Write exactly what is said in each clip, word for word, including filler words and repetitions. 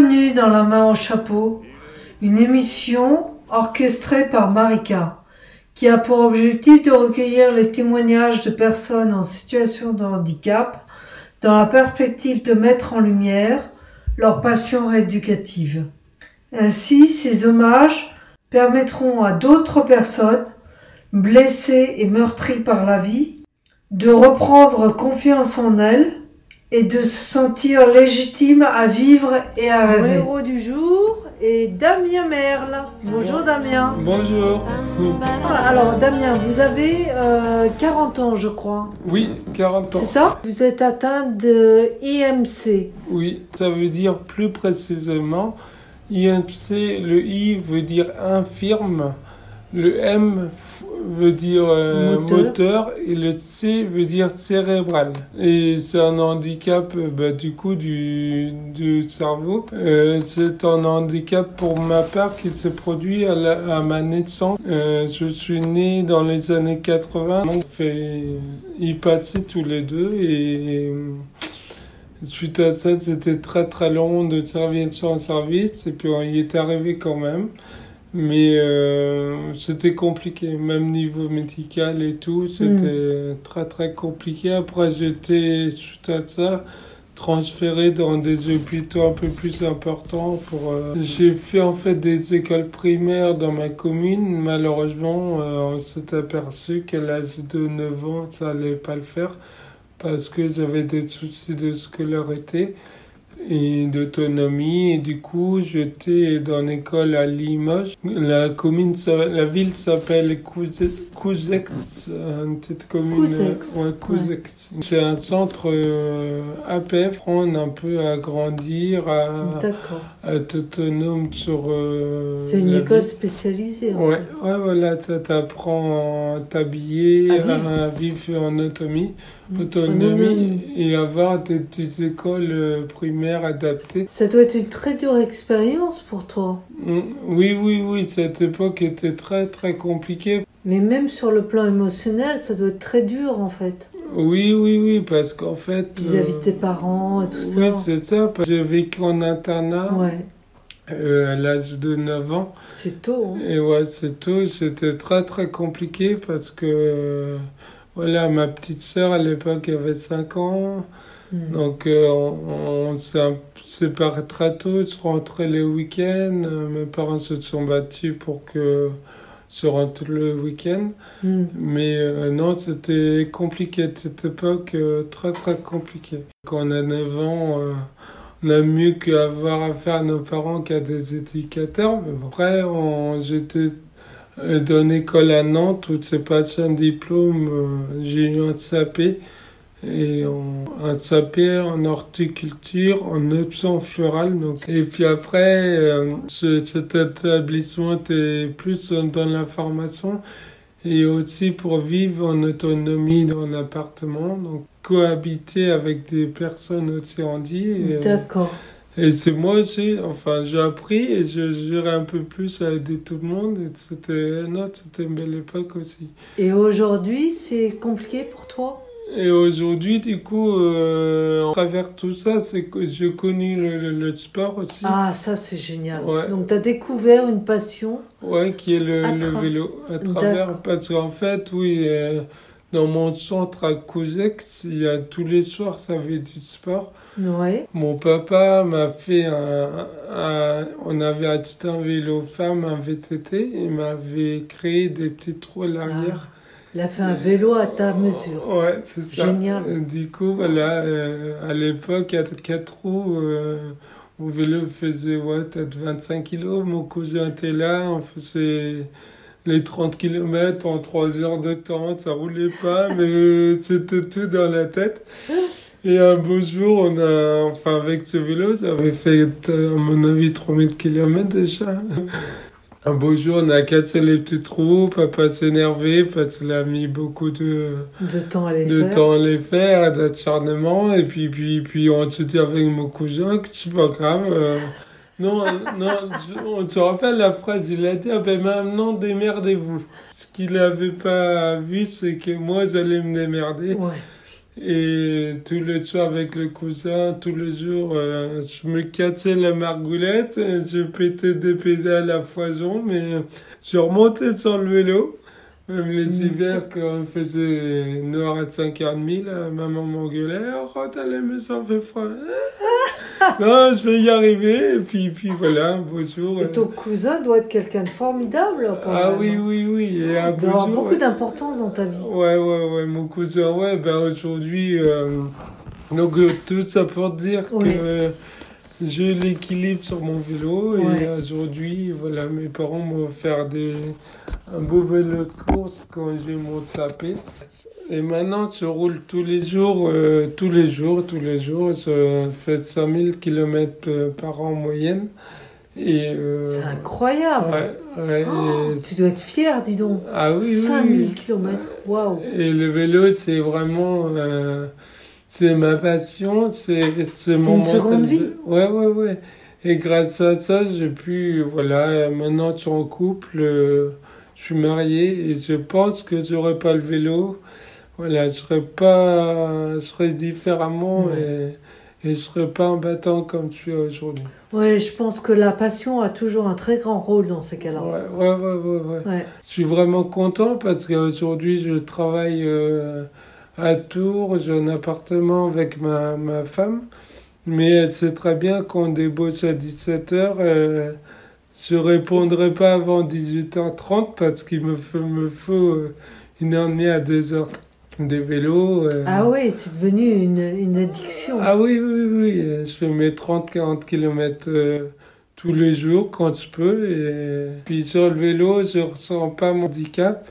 Bienvenue dans La main au chapeau, une émission orchestrée par Marika, qui a pour objectif de recueillir les témoignages de personnes en situation de handicap dans la perspective de mettre en lumière leur passion rééducative. Ainsi, ces hommages permettront à d'autres personnes, blessées et meurtries par la vie, de reprendre confiance en elles et de se sentir légitimes à vivre et à rêver. Le héros du jour est Damien Merle. Bonjour Damien. Bonjour. Alors Damien, vous avez euh, quarante ans je crois. Oui, quarante ans. C'est ça? Vous êtes atteint de I M C. Oui, ça veut dire plus précisément, I M C, le I veut dire infirme, le M veut dire euh, moteur. moteur et le C veut dire cérébral. Et c'est un handicap bah, du coup du, du cerveau. Euh, c'est un handicap pour ma part qui s'est produit à, la, à ma naissance. Euh, je suis né dans les années quatre-vingts. On fait y passer tous les deux et... et suite à ça, c'était très très long de service en service et puis on y est arrivé quand même. Mais euh, c'était compliqué, même niveau médical et tout, c'était mmh. très très compliqué. Après, j'étais, suite à ça, transféré dans des hôpitaux un peu plus importants. Pour, euh... J'ai fait en fait des écoles primaires dans ma commune. Malheureusement, euh, on s'est aperçu qu'à l'âge de neuf ans, ça allait pas le faire parce que j'avais des soucis de scolarité et d'autonomie, et du coup j'étais dans une école à Limoges. La commune, la ville s'appelle Couzex, une petite commune. Couzex. Ouais, Couzex. Ouais. C'est un centre euh, A P F, on un peu à grandir, à, à être autonome sur. Euh, C'est une école vie. spécialisée. Ouais, fait. ouais, voilà, ça t'apprend à t'habiller, à vivre, à vivre en autonomie, autonomie, autonomie, et avoir des petites écoles euh, primaires adapté. Ça doit être une très dure expérience pour toi. Oui, oui, oui, cette époque était très, très compliquée. Mais même sur le plan émotionnel, ça doit être très dur en fait. Oui, oui, oui, parce qu'en fait... Vis-à-vis de tes parents et tout oui, ça. Oui, c'est ça, parce que j'ai vécu en internat ouais. euh, à l'âge de neuf ans. C'est tôt. Hein. Et ouais, c'est tôt, c'était très, très compliqué parce que, euh, voilà, ma petite sœur à l'époque avait cinq ans. Donc euh, on, on s'est séparés très tôt, je rentrais les week-ends, euh, mes parents se sont battus pour que je rentre le week-end, mm. mais euh, non, c'était compliqué, cette époque, euh, très très compliqué. Quand on a neuf ans, euh, on a mieux qu'avoir affaire à nos parents qu'à des éducateurs, mais bon. Après, on, j'étais dans une école à Nantes où j'ai passé un diplôme, euh, j'ai eu un S A P, et on, un S A P en horticulture, en option florale. Donc. Et puis après, euh, ce, cet établissement était plus dans la formation et aussi pour vivre en autonomie dans l'appartement, donc cohabiter avec des personnes aussi handicapées. D'accord. Et c'est moi, j'ai, enfin, j'ai appris et je gérais un peu plus à aider tout le monde. Et c'était, non, c'était une belle époque aussi. Et aujourd'hui, c'est compliqué pour toi ? Et aujourd'hui, du coup, euh, à travers tout ça, c'est que j'ai connu le, le, le sport aussi. Ah, ça, c'est génial. Ouais. Donc, tu as découvert une passion. Ouais, qui est le, tra- le vélo. À travers, D'accord. Parce qu'en fait, oui, euh, dans mon centre à Couzex, il y a tous les soirs, ça avait du sport. Ouais. Mon papa m'a fait un, un... On avait acheté un vélo femme, un V T T, et il m'avait créé des petits trous à l'arrière. Ah. Il a fait un vélo à ta mesure. Ouais, c'est ça. Génial. Et du coup, voilà, euh, à l'époque, à quatre roues, euh, mon vélo faisait ouais, peut-être vingt-cinq kilos. Mon cousin était là, on faisait les trente kilomètres en trois heures de temps. Ça roulait pas, mais c'était tout dans la tête. Et un beau jour, on a, enfin, avec ce vélo, ça avait fait, à mon avis, trois mille kilomètres déjà. Un beau jour, on a cassé les petits trous, papa s'est énervé parce qu'il a mis beaucoup de, de temps à les de faire, temps à les faire, d'acharnement, et puis, puis, puis on se dit avec mon cousin que c'est pas grave. Euh, non, non, on se rappelle la phrase, il a dit, ah ben maintenant démerdez-vous. Ce qu'il n'avait pas vu, c'est que moi j'allais me démerder. Ouais. Et tout le soir avec le cousin, tous les jours, euh, je me cassais la margoulette, je pétais des pédales à foison, mais je remontais sur le vélo. Même les mmh. hivers, quand il faisait noir à cinq heures trente, là, maman m'engueulait, oh, rentre à la maison, fait froid. Non, je vais y arriver, et puis, puis voilà, un beau jour. Et ton cousin doit être quelqu'un de formidable, quand ah, même. oui, oui, oui. Et un il doit avoir beaucoup ouais. d'importance dans ta vie. Ouais, ouais, ouais, mon cousin, ouais, ben aujourd'hui, euh, donc euh, tout ça pour dire oui. que euh, j'ai l'équilibre sur mon vélo, ouais. et aujourd'hui, voilà, mes parents m'ont offert des, un beau vélo de course quand j'ai mon tapé. Et maintenant, je roule tous les jours, euh, tous les jours, tous les jours. Je fais cinq mille kilomètres par an en moyenne. Et, euh, c'est incroyable. Ouais, ouais, oh, tu dois être fier, dis donc. Ah oui, cinq mille oui. kilomètres, waouh. Et le vélo, c'est vraiment... Euh, c'est ma passion, c'est, c'est, c'est mon une seconde vie. Ouais, ouais, ouais. Et grâce à ça, j'ai pu... Voilà, maintenant, je suis en couple, euh, je suis marié, et je pense que j'aurais pas le vélo... Voilà, je serais pas, je serais différemment ouais. et, et je serais pas un battant comme tu es aujourd'hui. Ouais, je pense que la passion a toujours un très grand rôle dans ces cas-là. Ouais, ouais, ouais, ouais. ouais. ouais. Je suis vraiment content parce qu'aujourd'hui, je travaille euh, à Tours, j'ai un appartement avec ma, ma femme, mais elle sait très bien qu'on débauche à dix-sept heures. Euh, je répondrai pas avant dix-huit heures trente parce qu'il me faut, me faut une heure et demie à deux heures. Des vélos. Euh... Ah oui, c'est devenu une, une addiction. Ah oui, oui, oui. Je fais mes trente à quarante kilomètres euh, tous les jours quand je peux. Et puis sur le vélo, je ressens pas mon handicap.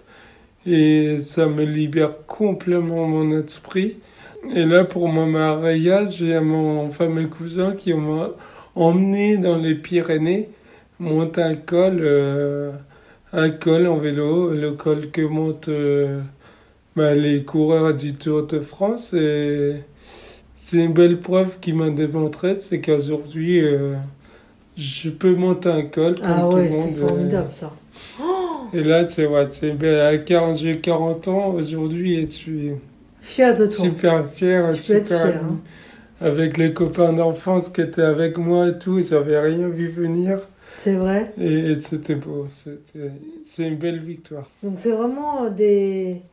Et ça me libère complètement mon esprit. Et là, pour mon mariage, j'ai mon fameux cousin qui m'a emmené dans les Pyrénées, monter un col, euh, un col en vélo, le col que monte... Euh, Bah, les coureurs du Tour de France, et c'est une belle preuve qui m'a démontré, c'est qu'aujourd'hui, euh, je peux monter un col comme ah tout ouais, le monde. c'est formidable euh... ça. Oh et là, c'est ouais, c'est ben, à quarante, j'ai quarante ans aujourd'hui et je suis fier de toi. Super fier, tu super peux être fier, hein. Avec les copains d'enfance qui étaient avec moi et tout, j'avais rien vu venir. C'est vrai. Et, et c'était beau, c'était, c'est une belle victoire. Donc c'est vraiment des...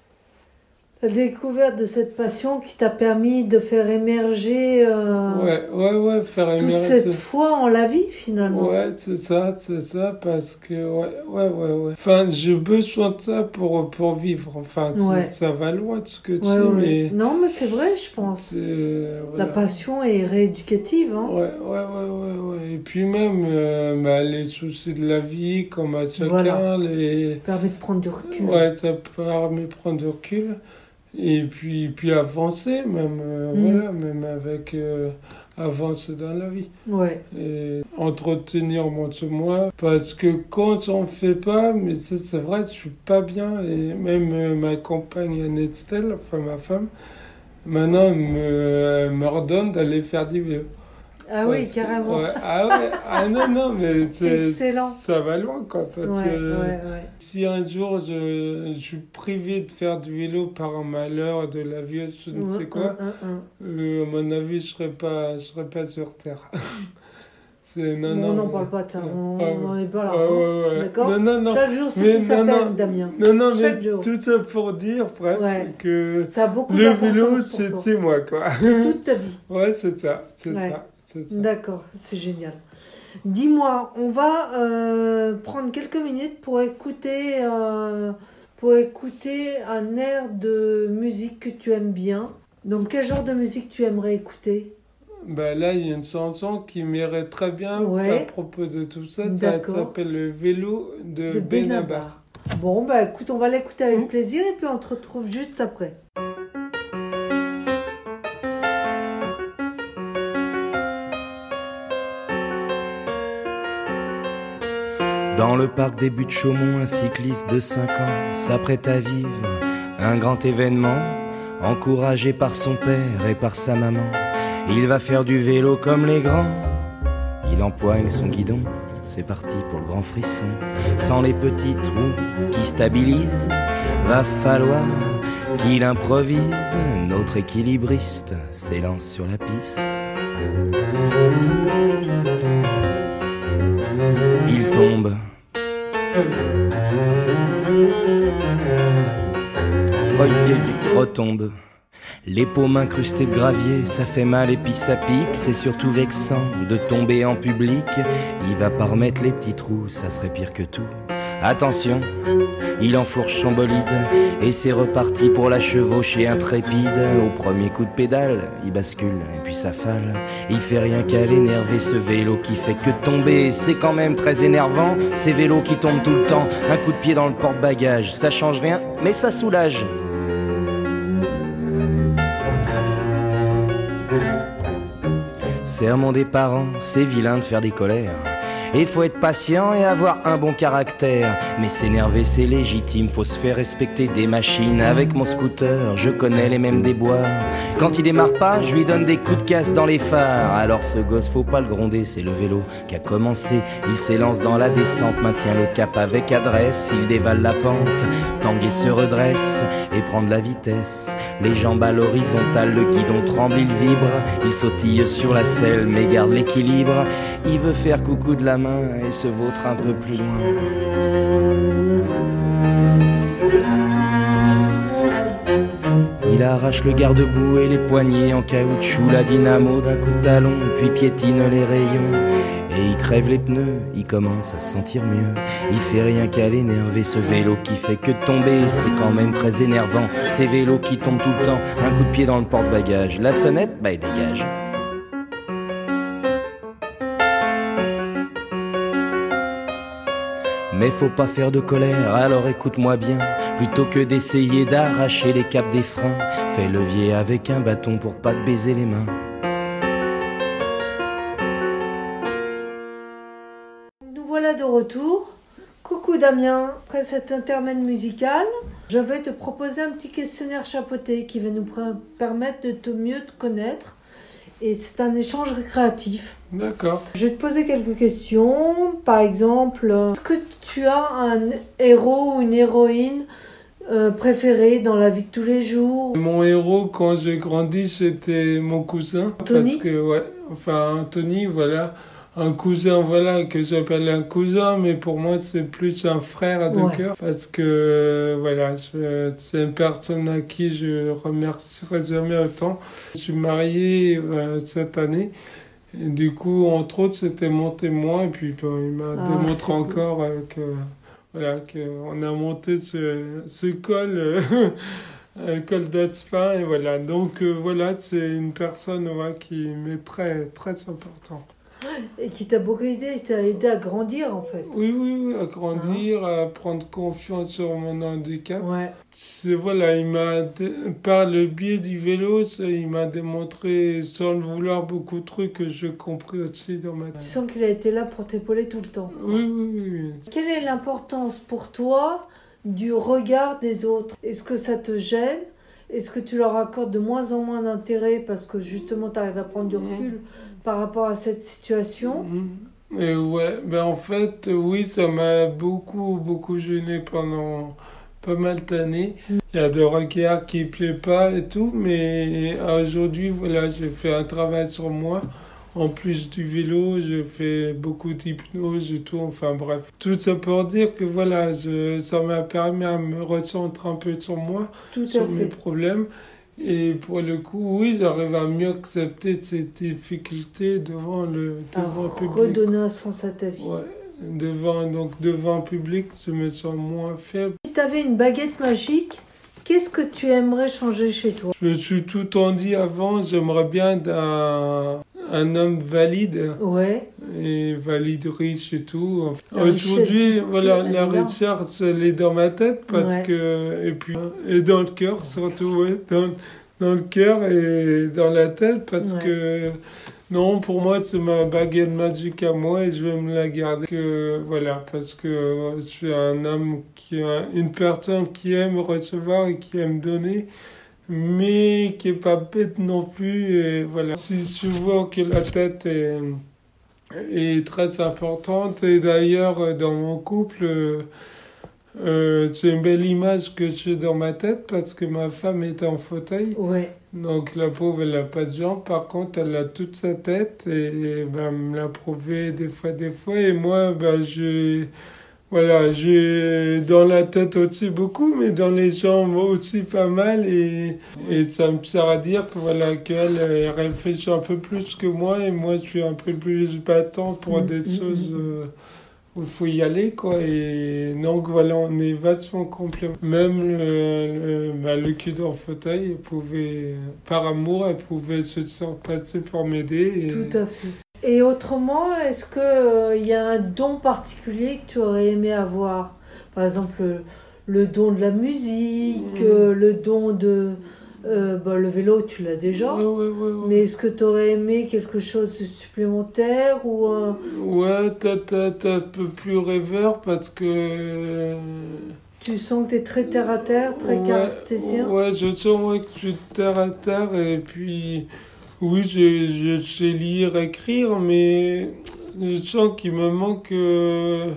la découverte de cette passion qui t'a permis de faire émerger euh, ouais, ouais, ouais, faire toute émerger cette foi en la vie finalement. Ouais, c'est ça, c'est ça, parce que ouais, ouais, ouais, ouais. Enfin, j'ai besoin de ça pour pour vivre. Enfin, ouais. ça va loin de ce que tu ouais, sais, ouais. mais non, mais c'est vrai, je pense. Voilà. La passion est rééducative, hein. Ouais, ouais, ouais, ouais, ouais. Et puis même euh, bah, les soucis de la vie, comme à chacun, voilà. les. Ça permet de prendre du recul. Ouais, ça permet de prendre du recul. Et puis, puis avancer, même, euh, mmh. voilà, même avec euh, avancer dans la vie. Ouais. Et entretenir mon chez moi, parce que quand on ne fait pas, mais c'est, c'est vrai, je suis pas bien. Et même euh, ma compagne Annette-Stella, enfin ma femme, maintenant me, me redonne d'aller faire du vélo. Ah parce oui, carrément. Que, ouais, ah ouais, ah non, non, mais c'est, c'est excellent. Ça va loin, quoi. Parce ouais, que ouais, ouais. Si un jour je, je suis privé de faire du vélo par un malheur, de la vie, je ne ouais, sais quoi, un, un, un. Euh, à mon avis, je ne serais pas, je serais pas sur Terre. c'est, non, bon, non, on n'en parle pas de ça, on n'en est pas là. Ouais, ouais, ouais. D'accord non, non, non. Chaque jour, c'est qui s'appelle, Damien. Non, non, Chaque mais jour. tout ça pour dire, bref, ouais. que ça a beaucoup le vélo, c'est, c'est moi, quoi. C'est toute ta vie. Ouais, c'est ça, c'est ouais. ça. C'est ça. D'accord, c'est génial. Dis-moi, on va euh, prendre quelques minutes pour écouter, euh, pour écouter un air de musique que tu aimes bien. Donc, quel genre de musique tu aimerais écouter ? Ben là, il y a une chanson qui m'irait très bien ouais. à propos de tout ça. D'accord. Ça s'appelle Le vélo de, de Benabar. Benabar. Bon, ben écoute, on va l'écouter avec mmh. plaisir et puis on te retrouve juste après. Dans le parc des Buttes-Chaumont, un cycliste de cinq ans s'apprête à vivre un grand événement. Encouragé par son père et par sa maman, il va faire du vélo comme les grands. Il empoigne son guidon, c'est parti pour le grand frisson. Sans les petits trous qui stabilisent, va falloir qu'il improvise, notre équilibriste s'élance sur la piste. Il tombe. Oh, il retombe. Les paumes incrustées de gravier, ça fait mal et puis ça pique. C'est surtout vexant de tomber en public. Il va pas remettre les petits trous, ça serait pire que tout. Attention, il enfourche son bolide et c'est reparti pour la chevaucher intrépide. Au premier coup de pédale, il bascule et puis ça fale. Il fait rien qu'à l'énerver, ce vélo qui fait que tomber. C'est quand même très énervant, ces vélos qui tombent tout le temps. Un coup de pied dans le porte-bagages, ça change rien, mais ça soulage. Sermon des parents, c'est vilain de faire des colères. Et faut être patient et avoir un bon caractère. Mais s'énerver c'est légitime, faut se faire respecter des machines. Avec mon scooter, je connais les mêmes déboires. Quand il démarre pas, je lui donne des coups de casse dans les phares. Alors ce gosse, faut pas le gronder, c'est le vélo qui a commencé. Il s'élance dans la descente, maintient le cap avec adresse. Il dévale la pente, tanguer se redresse et prend de la vitesse. Les jambes à l'horizontale, le guidon tremble, il vibre. Il sautille sur la selle, mais garde l'équilibre. Il veut faire coucou de la main et se vautre un peu plus loin. Il arrache le garde-boue et les poignées en caoutchouc, la dynamo d'un coup de talon, puis piétine les rayons. Et il crève les pneus, il commence à se sentir mieux. Il fait rien qu'à l'énerver, ce vélo qui fait que tomber. C'est quand même très énervant, ces vélos qui tombent tout le temps. Un coup de pied dans le porte-bagages, la sonnette, bah il dégage. Mais faut pas faire de colère, alors écoute-moi bien. Plutôt que d'essayer d'arracher les capes des freins, fais levier avec un bâton pour pas te baiser les mains. Nous voilà de retour. Coucou Damien, après cet intermède musical, je vais te proposer un petit questionnaire chapeauté qui va nous pr- permettre de te mieux te connaître. Et c'est un échange récréatif. D'accord. Je vais te poser quelques questions. Par exemple, est-ce que tu as un héros ou une héroïne euh, préférée dans la vie de tous les jours? Mon héros, quand j'ai grandi, c'était mon cousin. Anthony? Parce que, ouais, enfin, Anthony, voilà. Un cousin, voilà, que j'appelle un cousin, mais pour moi, c'est plus un frère de Ouais. cœur. Parce que, voilà, je, c'est une personne à qui je remercierai jamais autant. Je suis marié euh, cette année. Et du coup, entre autres, c'était mon témoin. Et puis, bon, il m'a Ah, démontré c'est encore euh, que, voilà, qu'on a monté ce, ce col, euh, un col d'Aspin. Et voilà. Donc, euh, voilà, c'est une personne ouais, qui m'est très, très important. Et qui t'a beaucoup aidé, il t'a aidé à grandir en fait. Oui, oui, oui, à grandir, hein? À prendre confiance sur mon handicap. Ouais. C'est, voilà, il m'a, dé- par le biais du vélo, ça, il m'a démontré, sans le vouloir, beaucoup de trucs que j'ai compris aussi dans ma Tu vie. sens qu'il a été là pour t'épauler tout le temps. Oui, oui, oui, oui. Quelle est l'importance pour toi du regard des autres? Est-ce que ça te gêne? Est-ce que tu leur accordes de moins en moins d'intérêt parce que justement tu arrives à prendre du recul par rapport à cette situation? Mhm. Et ouais, ben en fait, oui, ça m'a beaucoup, beaucoup gêné pendant pas mal d'années. Il y a des regards qui ne plaisent pas et tout, mais aujourd'hui, voilà, j'ai fait un travail sur moi. En plus du vélo, j'ai fait beaucoup d'hypnose et tout, enfin bref. Tout ça pour dire que voilà, je, ça m'a permis à me recentrer un peu sur moi, Tout sur à mes fait. problèmes. Et pour le coup, oui, j'arrive à mieux accepter ces difficultés devant le, devant le À public. redonner un sens à ta vie. Ouais, devant, donc devant le public, je me sens moins faible. Si tu avais une baguette magique, qu'est-ce que tu aimerais changer chez toi? Je me suis tout le temps dit avant, j'aimerais bien d'un, un homme valide, Ouais. et valide riche et tout. Enfin, La richesse, aujourd'hui, tu- voilà, elle la est là. recherche, elle est dans ma tête, parce Ouais. que, et puis, et dans le cœur surtout, ouais, dans, dans le cœur et dans la tête, parce Ouais. que, non, pour moi, c'est ma baguette magique à moi et je vais me la garder. Que, voilà, parce que euh, je suis un homme, qui a une personne qui aime recevoir et qui aime donner, mais qui est pas bête non plus. Et voilà. Si tu vois que la tête est, est très importante, et d'ailleurs, dans mon couple, euh, Euh, c'est une belle image que j'ai dans ma tête parce que ma femme est en fauteuil. Ouais. Donc la pauvre, elle n'a pas de jambes. Par contre, elle a toute sa tête et ben, elle me l'a prouvé des fois, des fois. Et moi, ben, j'ai, voilà, j'ai dans la tête aussi beaucoup, mais dans les jambes aussi pas mal. Et, et ça me sert à dire que, voilà, qu'elle elle réfléchit un peu plus que moi et moi, je suis un peu plus battant pour mmh, des mmh, choses... Euh, où il faut y aller, quoi. Et donc, voilà, on est vachement complémentaires. Même le, le, bah, le kid en fauteuil, elle pouvait, par amour, elle pouvait se passer pour m'aider. Et... Tout à fait. Et autrement, est-ce qu'il euh, y a un don particulier que tu aurais aimé avoir ? Par exemple, le, le don de la musique, mmh. euh, le don de... Euh, bah, le vélo, tu l'as déjà. Ouais, ouais, ouais, ouais. Mais est-ce que tu aurais aimé quelque chose de supplémentaire ou un... Ouais, t'as, t'as, t'as un peu plus rêveur parce que... Tu sens que tu es très terre à terre, très ouais, cartésien. Ouais, je sens ouais, que je suis terre à terre et puis... Oui, je, je sais lire, écrire, mais je sens qu'il me manque... Euh...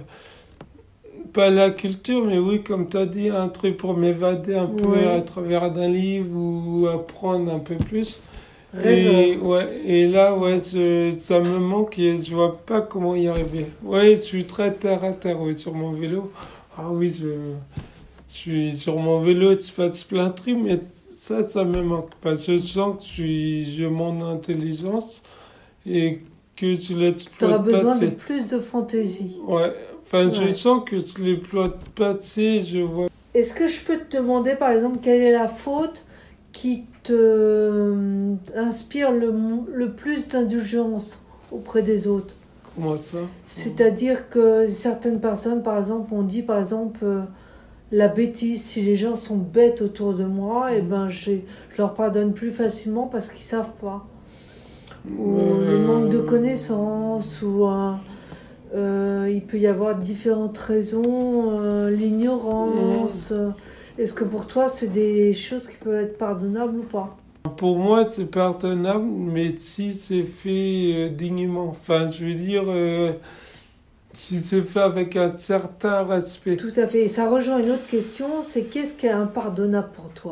Pas la culture, mais oui, comme tu as dit, un truc pour m'évader un peu ouais. à travers d'un livre ou apprendre un peu plus. Et, ouais, et là, ouais, je, ça me manque et je vois pas comment y arriver. Ouais, je suis très terre à terre ouais, sur mon vélo. Ah oui, je, je suis sur mon vélo, tu passes plein de trucs, mais ça, ça me manque. Parce que je sens que je, suis, je monte en intelligence et que je l'exploite pas. Tu auras besoin de plus de fantaisie. Ouais. Enfin, ouais. je sens que je les plotte pas, tu sais, je vois. Est-ce que je peux te demander, par exemple, quelle est la faute qui te euh, inspire le, le plus d'indulgence auprès des autres ? Comment ça ? C'est-à-dire que certaines personnes, par exemple, on dit, par exemple, euh, la bêtise. Si les gens sont bêtes autour de moi, mmh. et ben, je, je leur pardonne plus facilement parce qu'ils savent pas. Ou euh... le manque de connaissances, ou un... Euh, il peut y avoir différentes raisons, euh, l'ignorance. Mmh. Est-ce que pour toi, c'est des choses qui peuvent être pardonnables ou pas ? Pour moi, c'est pardonnable, mais si c'est fait euh, dignement. Enfin, je veux dire, euh, si c'est fait avec un certain respect. Tout à fait. Et ça rejoint une autre question, c'est qu'est-ce qui est impardonnable pour toi ?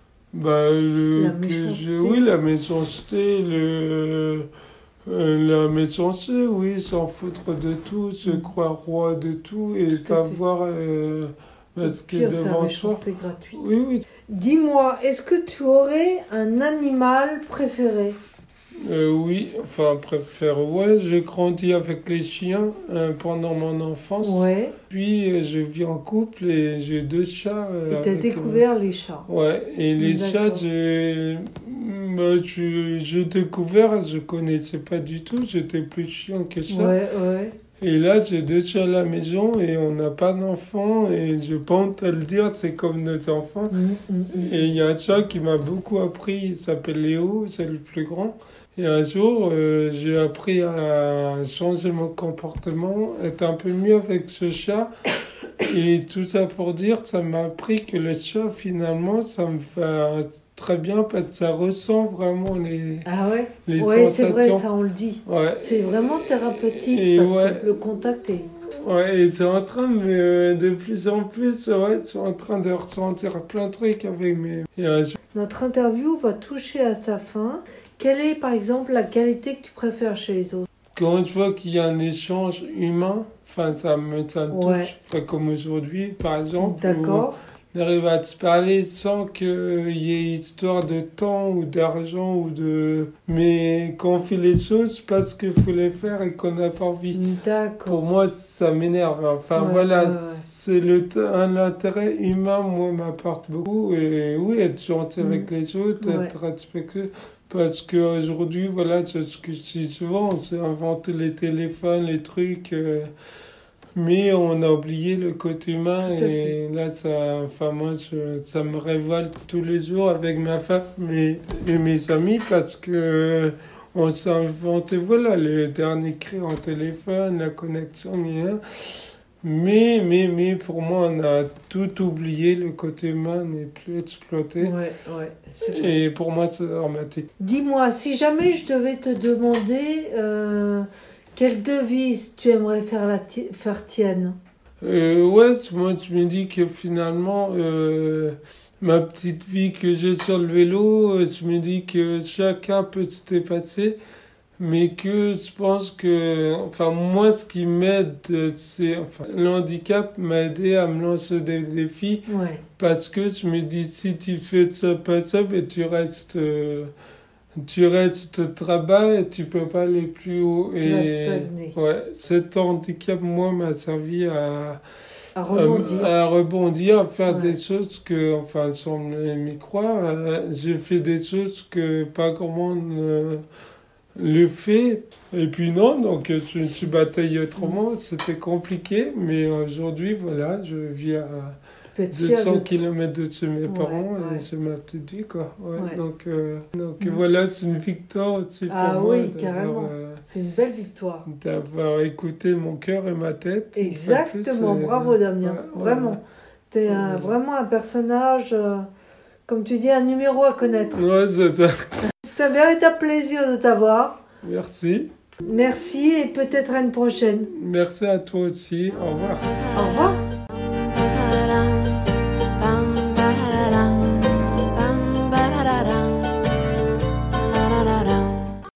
Bah, le, la que je, oui, la méchanceté, le... Euh, la méchanceté, oui, s'en foutre de tout, se mmh. croire roi de tout et tout pas voir euh, ce qui est devant soi. C'est gratuit. Oui, oui. Dis-moi, est-ce que tu aurais un animal préféré ? euh, Oui, enfin, préfère, ouais, j'ai grandi avec les chiens euh, pendant mon enfance. Ouais. Puis euh, je vis en couple et j'ai deux chats. Euh, et tu as découvert euh... les chats ? Ouais, et les D'accord. chats, j'ai... Bah, je, j'ai découvert, je connaissais pas du tout, j'étais plus chiant que ça. Ouais, ouais. Et là, j'ai deux chats à la maison et on n'a pas d'enfants et je pense à le dire, c'est comme nos enfants. Mmh, mmh, et il y a un chat qui m'a beaucoup appris, il s'appelle Léo, c'est le plus grand. Et un jour, euh, j'ai appris à changer mon comportement, être un peu mieux avec ce chat. Et tout ça pour dire, ça m'a appris que le chat, finalement, ça me va très bien parce que ça ressent vraiment les, ah ouais les ouais, sensations. C'est vrai, ça on le dit. Ouais. C'est vraiment thérapeutique et parce ouais. que le contact est... Ouais, et c'est en train de, de plus en plus, ouais, je suis en train de ressentir plein de trucs avec mes... Notre interview va toucher à sa fin. Quelle est, par exemple, la qualité que tu préfères chez les autres ? Quand je vois qu'il y a un échange humain, enfin, ça me, ça me ouais. touche. Enfin, comme aujourd'hui, par exemple. D'accord. On arrive à te parler sans qu'il y ait histoire de temps ou d'argent ou de... Mais quand on fait les choses parce qu'il faut les faire et qu'on n'a pas envie. D'accord. Pour moi, ça m'énerve. Enfin, ouais, voilà, ouais, ouais. c'est le t- un intérêt humain, moi, m'apporte beaucoup. Et oui, être gentil mmh. avec les autres, ouais. être respectueux. Parce qu'aujourd'hui, voilà, c'est ce que je dis souvent, on s'est inventé les téléphones, les trucs... Euh, mais on a oublié le côté humain et là, ça, enfin, moi, je, ça me révolte tous les jours avec ma femme et, et mes amis parce que on s'est inventé, voilà, le dernier cri en téléphone, la connexion, rien. Mais, mais, mais pour moi, on a tout oublié, le côté humain n'est plus exploité. Ouais, ouais, c'est vrai. Et pour moi, c'est dramatique. Dis-moi, si jamais je devais te demander... Euh... Quelle devise tu aimerais faire, la ti- faire tienne ? Euh, ouais, moi je me dis que finalement, euh, ma petite vie que j'ai sur le vélo, euh, je me dis que chacun peut se dépasser, mais que je pense que, enfin moi ce qui m'aide, euh, c'est, enfin le handicap m'a aidé à me lancer des défis, Ouais. parce que je me dis si tu fais ça, pas ça, ben tu restes... euh, tu restes au travail et tu peux pas aller plus haut. Tu et vas stagner. ouais, cet handicap, moi, m'a servi à, À rebondir. à, à rebondir, à faire Ouais. des choses que, enfin, sans m'y croire, euh, j'ai fait des choses que pas grand monde euh, le fait. Et puis non, donc je me suis bataillé autrement. C'était compliqué, mais aujourd'hui, voilà, je vis à Tu peux être fier deux cents de- kilomètres de chez mes Ouais, parents ouais. et c'est ma petite vie, quoi. Ouais, Ouais. Donc, euh, donc Mm. voilà, c'est une victoire aussi pour Ah moi oui, d'avoir, carrément. euh, C'est une belle victoire. d'avoir écouté mon cœur et ma tête. Une fois de plus, Exactement, et- bravo Damien, ouais, vraiment. ouais, T'es Ouais. un- vraiment un personnage, euh, comme tu dis, un numéro à connaître. Ouais, c'est ça. C'est un véritable plaisir de t'avoir. Merci. Merci et peut-être à une prochaine. Merci à toi aussi. Au revoir. Au revoir.